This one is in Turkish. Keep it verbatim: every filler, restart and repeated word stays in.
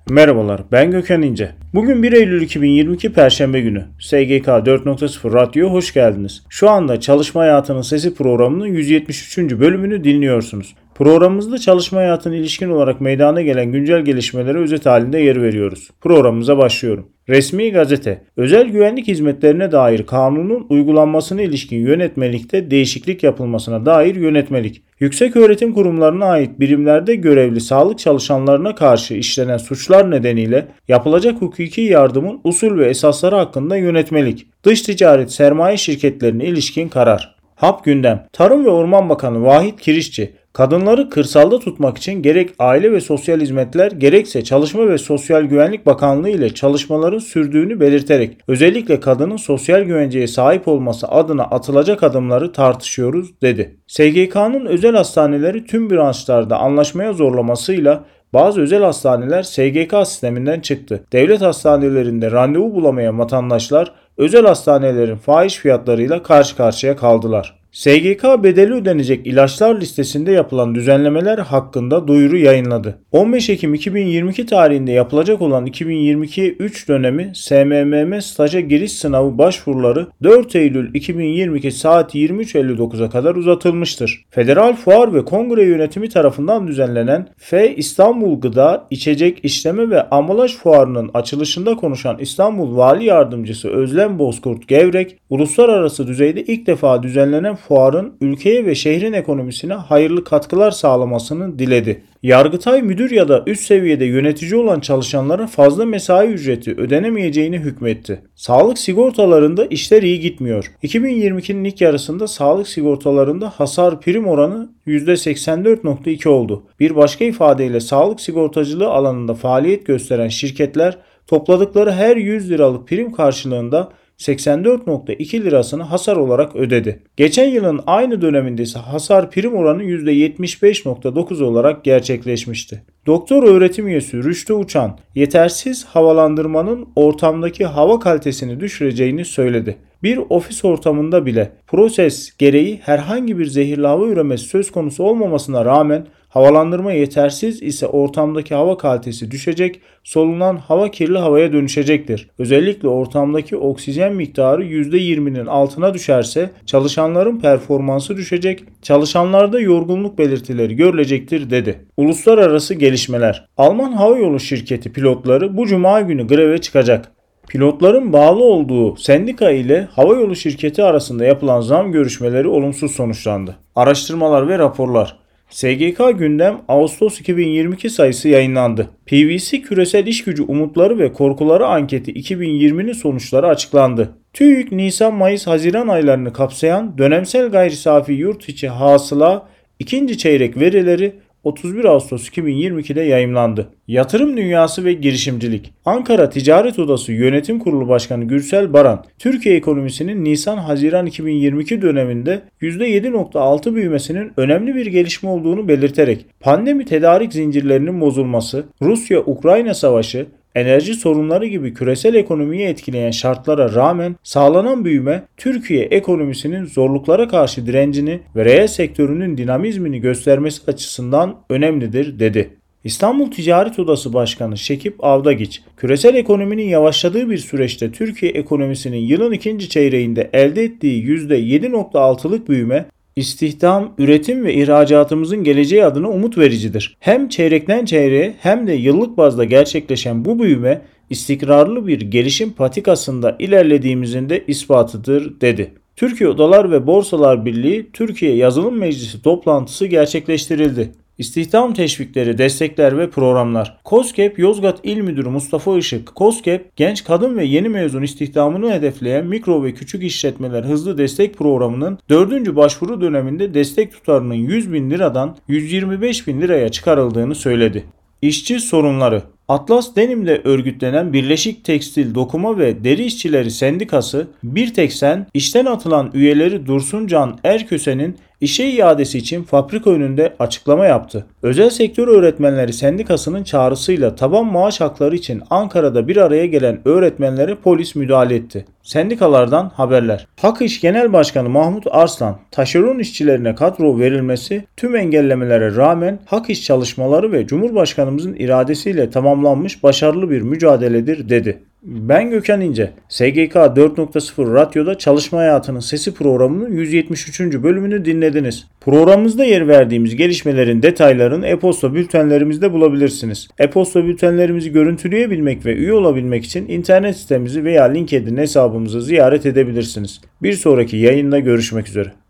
Merhabalar, ben Gökhan İnce. Bugün bir Eylül iki bin yirmi iki Perşembe günü. S G K dört nokta sıfır Radyo'ya hoş geldiniz. Şu anda Çalışma Hayatının Sesi programının yüz yetmiş üçüncü bölümünü dinliyorsunuz. Programımızda çalışma hayatına ilişkin olarak meydana gelen güncel gelişmelere özet halinde yer veriyoruz. Programımıza başlıyorum. Resmi gazete, özel güvenlik hizmetlerine dair kanunun uygulanmasına ilişkin yönetmelikte değişiklik yapılmasına dair yönetmelik. Yükseköğretim kurumlarına ait birimlerde görevli sağlık çalışanlarına karşı işlenen suçlar nedeniyle yapılacak hukuki yardımın usul ve esasları hakkında yönetmelik. Dış ticaret sermaye şirketlerine ilişkin karar. Hap gündem. Tarım ve Orman Bakanı Vahit Kirişçi, kadınları kırsalda tutmak için gerek Aile ve Sosyal Hizmetler gerekse Çalışma ve Sosyal Güvenlik Bakanlığı ile çalışmaların sürdüğünü belirterek özellikle kadının sosyal güvenceye sahip olması adına atılacak adımları tartışıyoruz dedi. S G K'nın özel hastaneleri tüm branşlarda anlaşmaya zorlamasıyla bazı özel hastaneler S G K sisteminden çıktı. Devlet hastanelerinde randevu bulamayan vatandaşlar özel hastanelerin fahiş fiyatlarıyla karşı karşıya kaldılar. S G K bedeli ödenecek ilaçlar listesinde yapılan düzenlemeler hakkında duyuru yayınladı. on beş Ekim iki bin yirmi iki tarihinde yapılacak olan iki bin yirmi iki üç dönemi S M M M staja giriş sınavı başvuruları dört Eylül iki bin yirmi iki saat yirmi üç elli dokuza kadar uzatılmıştır. Federal Fuar ve Kongre Yönetimi tarafından düzenlenen F İstanbul Gıda, İçecek İşleme ve Ambalaj Fuarı'nın açılışında konuşan İstanbul Vali Yardımcısı Özlem Bozkurt Gevrek, uluslararası düzeyde ilk defa düzenlenen fuarın ülkeye ve şehrin ekonomisine hayırlı katkılar sağlamasını diledi. Yargıtay müdür ya da üst seviyede yönetici olan çalışanlara fazla mesai ücreti ödenemeyeceğini hükmetti. Sağlık sigortalarında işler iyi gitmiyor. iki bin yirmi ikinin ilk yarısında sağlık sigortalarında hasar prim oranı yüzde seksen dört nokta iki oldu. Bir başka ifadeyle sağlık sigortacılığı alanında faaliyet gösteren şirketler topladıkları her yüz liralık prim karşılığında seksen dört nokta iki lirasını hasar olarak ödedi. Geçen yılın aynı döneminde ise hasar prim oranı yüzde yetmiş beş nokta dokuz olarak gerçekleşmişti. Doktor öğretim üyesi Rüştü Uçan, yetersiz havalandırmanın ortamdaki hava kalitesini düşüreceğini söyledi. Bir ofis ortamında bile proses gereği herhangi bir zehirli hava üremesi söz konusu olmamasına rağmen havalandırma yetersiz ise ortamdaki hava kalitesi düşecek, solunan hava kirli havaya dönüşecektir. Özellikle ortamdaki oksijen miktarı yüzde yirminin altına düşerse çalışanların performansı düşecek, çalışanlarda yorgunluk belirtileri görülecektir dedi. Uluslararası gelişmeler. Alman havayolu şirketi pilotları bu cuma günü greve çıkacak. Pilotların bağlı olduğu sendika ile havayolu şirketi arasında yapılan zam görüşmeleri olumsuz sonuçlandı. Araştırmalar ve raporlar. S G K Gündem Ağustos iki bin yirmi iki sayısı yayınlandı. P V C Küresel İşgücü Umutları ve Korkuları Anketi iki bin yirminin sonuçları açıklandı. TÜİK Nisan, Mayıs, Haziran aylarını kapsayan dönemsel gayri safi yurt içi hasıla ikinci çeyrek verileri otuz bir Ağustos iki bin yirmi ikide yayımlandı. Yatırım dünyası ve girişimcilik. Ankara Ticaret Odası Yönetim Kurulu Başkanı Gürsel Baran, Türkiye ekonomisinin Nisan-Haziran iki bin yirmi iki döneminde yüzde yedi nokta altı büyümesinin önemli bir gelişme olduğunu belirterek pandemi tedarik zincirlerinin bozulması, Rusya-Ukrayna savaşı, enerji sorunları gibi küresel ekonomiyi etkileyen şartlara rağmen sağlanan büyüme, Türkiye ekonomisinin zorluklara karşı direncini ve reel sektörünün dinamizmini göstermesi açısından önemlidir dedi. İstanbul Ticaret Odası Başkanı Şekip Avdagiç, küresel ekonominin yavaşladığı bir süreçte Türkiye ekonomisinin yılın ikinci çeyreğinde elde ettiği yüzde yedi nokta altılık büyüme, İstihdam, üretim ve ihracatımızın geleceği adına umut vericidir. Hem çeyrekten çeyreğe hem de yıllık bazda gerçekleşen bu büyüme istikrarlı bir gelişim patikasında ilerlediğimizin de ispatıdır dedi. Türkiye Odalar ve Borsalar Birliği Türkiye Yazılım Meclisi toplantısı gerçekleştirildi. İstihdam teşvikleri, destekler ve programlar. KOSGEB Yozgat İl Müdürü Mustafa Işık, KOSGEB genç kadın ve yeni mezun istihdamını hedefleyen mikro ve küçük işletmeler hızlı destek programının dördüncü başvuru döneminde destek tutarının yüz bin liradan yüz yirmi beş bin liraya çıkarıldığını söyledi. İşçi sorunları. Atlas Denim'de örgütlenen Birleşik Tekstil, Dokuma ve Deri İşçileri Sendikası, Birteksen, işten atılan üyeleri Dursuncan Erköse'nin işe iadesi için fabrika önünde açıklama yaptı. Özel Sektör Öğretmenleri Sendikası'nın çağrısıyla taban maaş hakları için Ankara'da bir araya gelen öğretmenlere polis müdahale etti. Sendikalardan haberler. Hak İş Genel Başkanı Mahmut Arslan, taşeron işçilerine kadro verilmesi tüm engellemelere rağmen hak iş çalışmaları ve Cumhurbaşkanımızın iradesiyle tamamlanmış başarılı bir mücadeledir dedi. Ben Gökhan İnce. S G K dört nokta sıfır Radyo'da Çalışma Hayatının Sesi programının yüz yetmiş üçüncü bölümünü dinlediniz. Programımızda yer verdiğimiz gelişmelerin detaylarını e-posta bültenlerimizde bulabilirsiniz. E-posta bültenlerimizi görüntüleyebilmek ve üye olabilmek için internet sitemizi veya LinkedIn hesabımızı ziyaret edebilirsiniz. Bir sonraki yayında görüşmek üzere.